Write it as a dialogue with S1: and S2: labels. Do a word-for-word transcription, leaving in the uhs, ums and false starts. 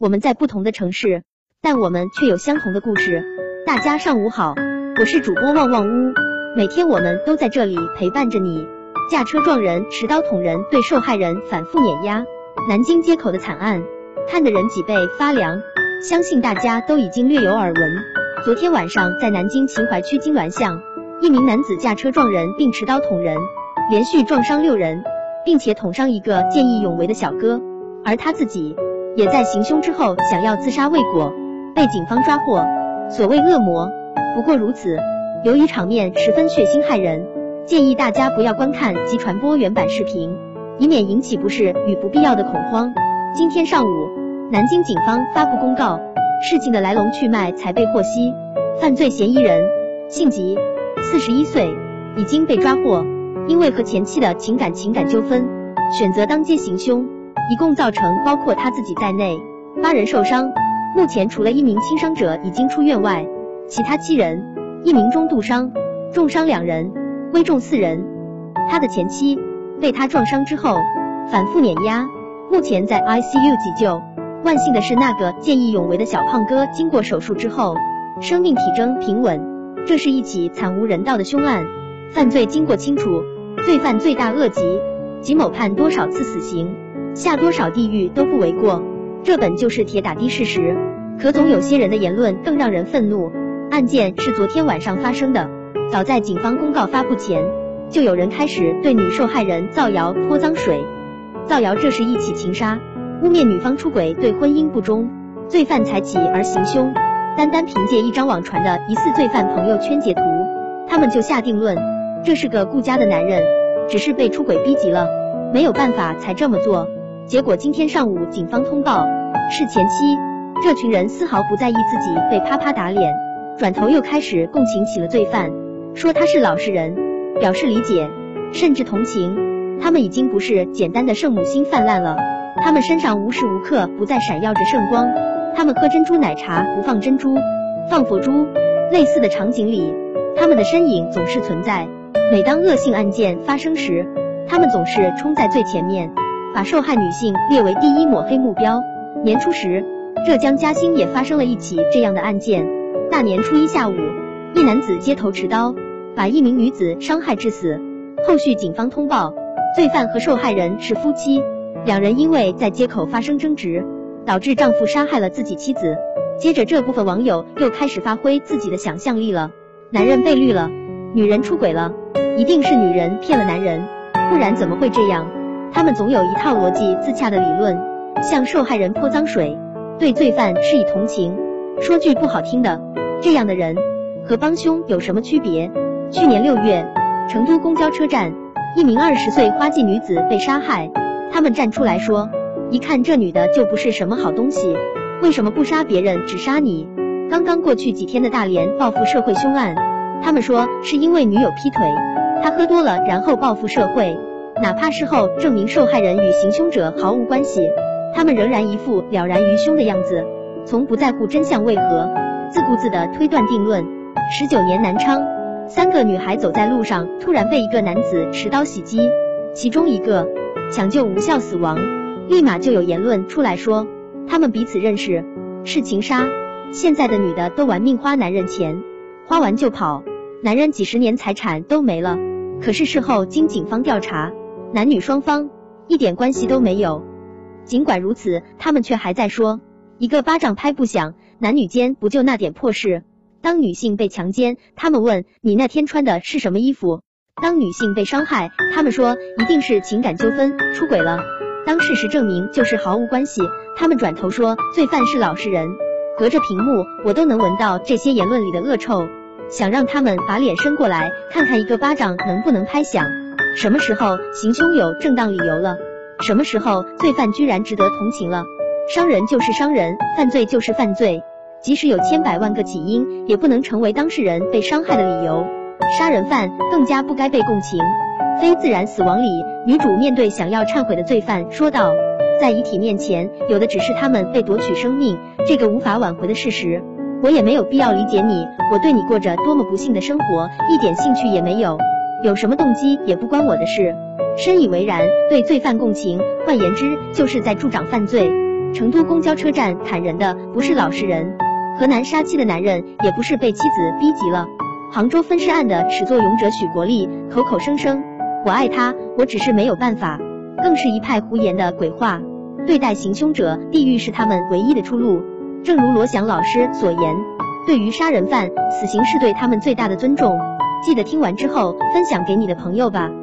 S1: 我们在不同的城市，但我们却有相同的故事。大家上午好，我是主播旺旺屋，每天我们都在这里陪伴着你。驾车撞人、持刀捅人，对受害人反复碾压，南京街口的惨案，看得人脊背发凉。相信大家都已经略有耳闻。昨天晚上，在南京秦淮区金銮巷，一名男子驾车撞人并持刀捅人，连续撞伤六人，并且捅伤一个见义勇为的小哥，而他自己也在行凶之后想要自杀未果，被警方抓获。所谓恶魔，不过如此。由于场面十分血腥骇人，建议大家不要观看及传播原版视频，以免引起不适与不必要的恐慌。今天上午，南京警方发布公告，事情的来龙去脉才被获悉。犯罪嫌疑人姓吉，四十一岁，已经被抓获，因为和前妻的情感情感纠纷，选择当街行凶，一共造成包括他自己在内八人受伤。目前除了一名轻伤者已经出院外，其他七人，一名中度伤，重伤两人，危重四人。他的前妻被他撞伤之后反复碾压，目前在 I C U 急救。万幸的是，那个见义勇为的小胖哥经过手术之后，生命体征平稳。这是一起惨无人道的凶案，犯罪经过清楚，罪犯罪大恶极，吉某判多少次死刑，下多少地狱都不为过。这本就是铁打的事实，可总有些人的言论更让人愤怒。案件是昨天晚上发生的，早在警方公告发布前，就有人开始对女受害人造谣泼脏水。造谣这是一起情杀，污蔑女方出轨对婚姻不忠，罪犯才起而行凶。单单凭借一张网传的疑似罪犯朋友圈截图，他们就下定论，这是个顾家的男人，只是被出轨逼急了，没有办法才这么做。结果今天上午警方通报，是前妻。这群人丝毫不在意自己被啪啪打脸，转头又开始共情起了罪犯，说他是老实人，表示理解，甚至同情。他们已经不是简单的圣母心泛滥了，他们身上无时无刻不在闪耀着圣光。他们喝珍珠奶茶不放珍珠，放佛珠。类似的场景里，他们的身影总是存在。每当恶性案件发生时，他们总是冲在最前面，把受害女性列为第一抹黑目标。年初时，浙江嘉兴也发生了一起这样的案件。大年初一下午，一男子街头持刀，把一名女子伤害致死。后续警方通报，罪犯和受害人是夫妻，两人因为在街口发生争执，导致丈夫杀害了自己妻子。接着这部分网友又开始发挥自己的想象力了，男人被绿了，女人出轨了，一定是女人骗了男人，不然怎么会这样？他们总有一套逻辑自洽的理论，向受害人泼脏水，对罪犯施以同情。说句不好听的，这样的人和帮凶有什么区别？去年六月，成都公交车站，一名二十岁花季女子被杀害，他们站出来说，一看这女的就不是什么好东西，为什么不杀别人只杀你？刚刚过去几天的大连报复社会凶案，他们说是因为女友劈腿，他喝多了然后报复社会，哪怕事后证明受害人与行凶者毫无关系，他们仍然一副了然于胸的样子，从不在乎真相为何，自顾自地推断定论。十九年南昌，三个女孩走在路上，突然被一个男子持刀袭击，其中一个抢救无效死亡，立马就有言论出来说他们彼此认识，是情杀。现在的女的都玩命花男人钱，花完就跑，男人几十年财产都没了。可是事后经警方调查，男女双方一点关系都没有。尽管如此，他们却还在说一个巴掌拍不响，男女间不就那点破事。当女性被强奸，他们问你那天穿的是什么衣服？当女性被伤害，他们说一定是情感纠纷，出轨了。当事实证明就是毫无关系，他们转头说罪犯是老实人。隔着屏幕，我都能闻到这些言论里的恶臭，想让他们把脸伸过来，看看一个巴掌能不能拍响。什么时候行凶有正当理由了？什么时候罪犯居然值得同情了？伤人就是伤人，犯罪就是犯罪，即使有千百万个起因，也不能成为当事人被伤害的理由。杀人犯更加不该被共情。非自然死亡里，女主面对想要忏悔的罪犯说道，在遗体面前，有的只是他们被夺取生命，这个无法挽回的事实。我也没有必要理解你，我对你过着多么不幸的生活一点兴趣也没有，有什么动机也不关我的事。深以为然，对罪犯共情，换言之就是在助长犯罪。 成都公交车站砍人的不是老实人，河南杀妻的男人也不是被妻子逼急了。杭州分尸案的始作俑者许国立口口声声我爱他，我只是没有办法，更是一派胡言的鬼话。对待行凶者，地狱是他们唯一的出路。正如罗翔老师所言，对于杀人犯，死刑是对他们最大的尊重。记得听完之后分享给你的朋友吧。